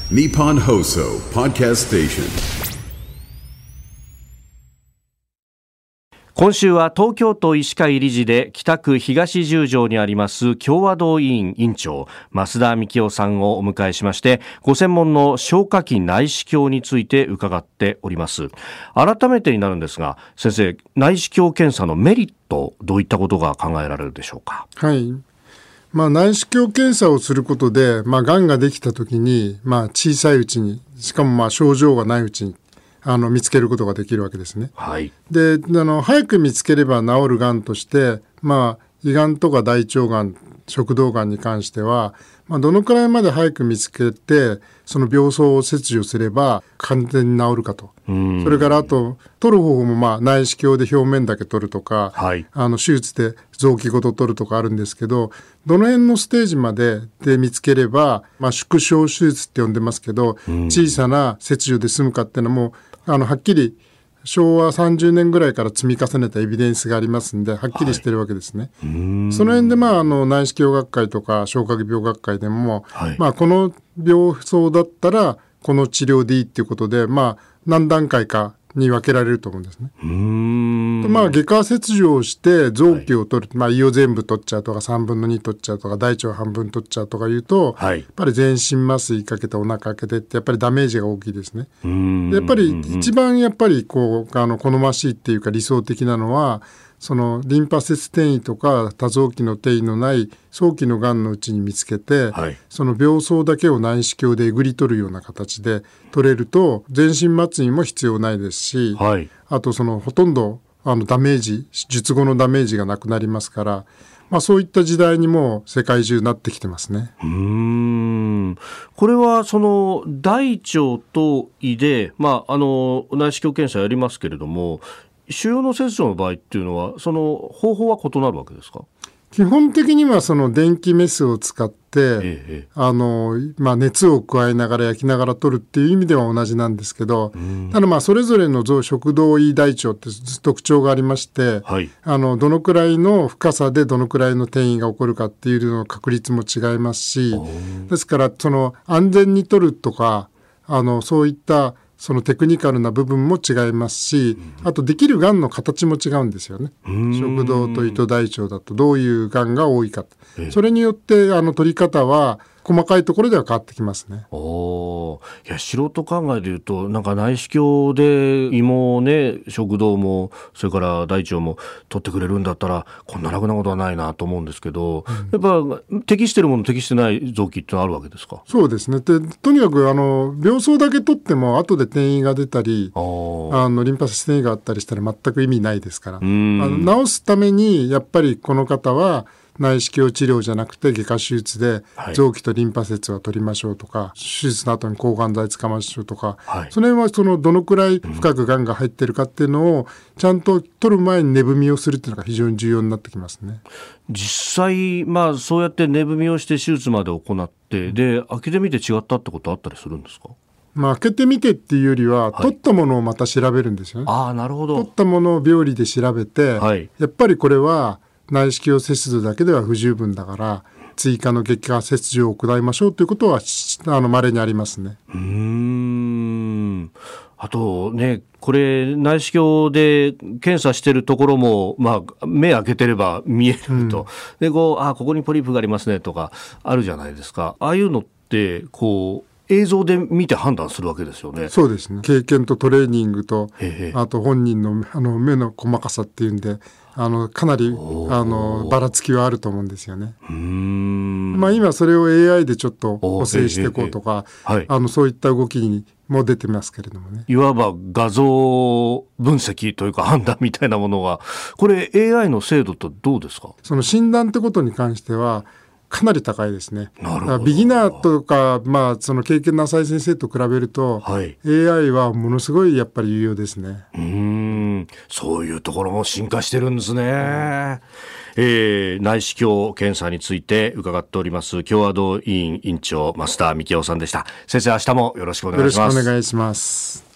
Nippon Hoso Podcast Station。 今週は東京都医師会理事で北区東十条にあります協和堂医院院長増田幹夫さんをお迎えしまして、ご専門の消化器内視鏡について伺っております。改めてになるんですが、先生、内視鏡検査のメリット、どういったことが考えられるでしょうか。 はい、内視鏡検査をすることで、がんができた時に、小さいうちに、しかも症状がないうちに見つけることができるわけですね。 はい、 で早く見つければ治るがんとして、胃がんとか大腸がん、食道がんに関しては、どのくらいまで早く見つけてその病巣を切除すれば完全に治るかと。それからあと取る方法も内視鏡で表面だけ取るとか、 はい、 手術で臓器ごと取るとかあるんですけど、どの辺のステージまで見つければ、縮小手術って呼んでますけど、小さな切除で済むかっていうのもはっきり昭和30年ぐらいから積み重ねたエビデンスがありますんで、はっきりしてるわけですね。その辺で内視鏡学会とか消化器病学会でも、この病巣だったらこの治療でいいっていうことで、何段階かに分けられると思うんですね。外科切除をして臓器を取る、胃を全部取っちゃうとか3分の2取っちゃうとか大腸半分取っちゃうとかいうと、やっぱり全身麻酔かけてお腹開けてってやっぱりダメージが大きいですね。でやっぱり一番好ましいっていうか理想的なのは、そのリンパ節転移とか多臓器の転移のない早期のがんのうちに見つけて、その病巣だけを内視鏡でえぐり取るような形で取れると全身麻酔も必要ないですし、あとほとんどダメージ、術後のダメージがなくなりますから、そういった時代にも世界中なってきてますね。 これは大腸と胃で、内視鏡検査やりますけれども、腫瘍の切除の場合っていうのはその方法は異なるわけですか。 基本的には電気メスを使って、熱を加えながら焼きながら取るっていう意味では同じなんですけど、ただそれぞれの食道胃大腸って特徴がありまして、どのくらいの深さでどのくらいの転移が起こるかっていうのの確率も違いますし、ですから安全に取るとかそういったテクニカルな部分も違いますし、あとできるがんの形も違うんですよね。食道と胃と大腸だとどういうがんが多いか、それによって取り方は細かいところでは変わってきますね。 いや、素人考えで言うと内視鏡で胃もね、食道もそれから大腸も取ってくれるんだったらこんな楽なことはないなと思うんですけど、やっぱ適してるもの適してない臓器ってのあるわけですか。 そうですね。でとにかく病巣だけ取っても後で転移が出たりリンパ節転移があったりしたら全く意味ないですから、治すためにやっぱりこの方は内視鏡治療じゃなくて外科手術で臓器とリンパ節は取りましょうとか、手術の後に抗がん剤使いましょうとか、その辺はどのくらい深くがんが入ってるかっていうのをちゃんと取る前に寝踏みをするっていうのが非常に重要になってきますね。 実際、そうやって寝踏みをして手術まで行って、で開けてみて違ったってことあったりするんですか。 開けてみてっていうよりは、取ったものをまた調べるんですよね。 なるほど。 取ったものを病理で調べて、やっぱりこれは内視鏡切除だけでは不十分だから追加の外科切除を行いましょうということは稀にありますね。 あとね、これ内視鏡で検査してるところも、目開けてれば見えると、でここにポリープがありますねとかあるじゃないですか。ああいうのって映像で見て判断するわけですよね。 そうですね。経験とトレーニングとあと本人の目の細かさっていうんでかなりばらつきはあると思うんですよね。今それを AI でちょっと補正していこうとか、そういった動きにも出てますけれどもね。 いわば画像分析というか判断みたいなものが、これ AI の精度とどうですか。 その診断ってことに関してはかなり高いですね。 なるほど。 ビギナーとか、その経験の浅い先生と比べると、AI はものすごいやっぱり有用ですね。 そういうところも進化してるんですね。内視鏡検査について伺っております協和堂医院院長増田幹夫さんでした。先生、明日もよろしくお願いします。 よろしくお願いします。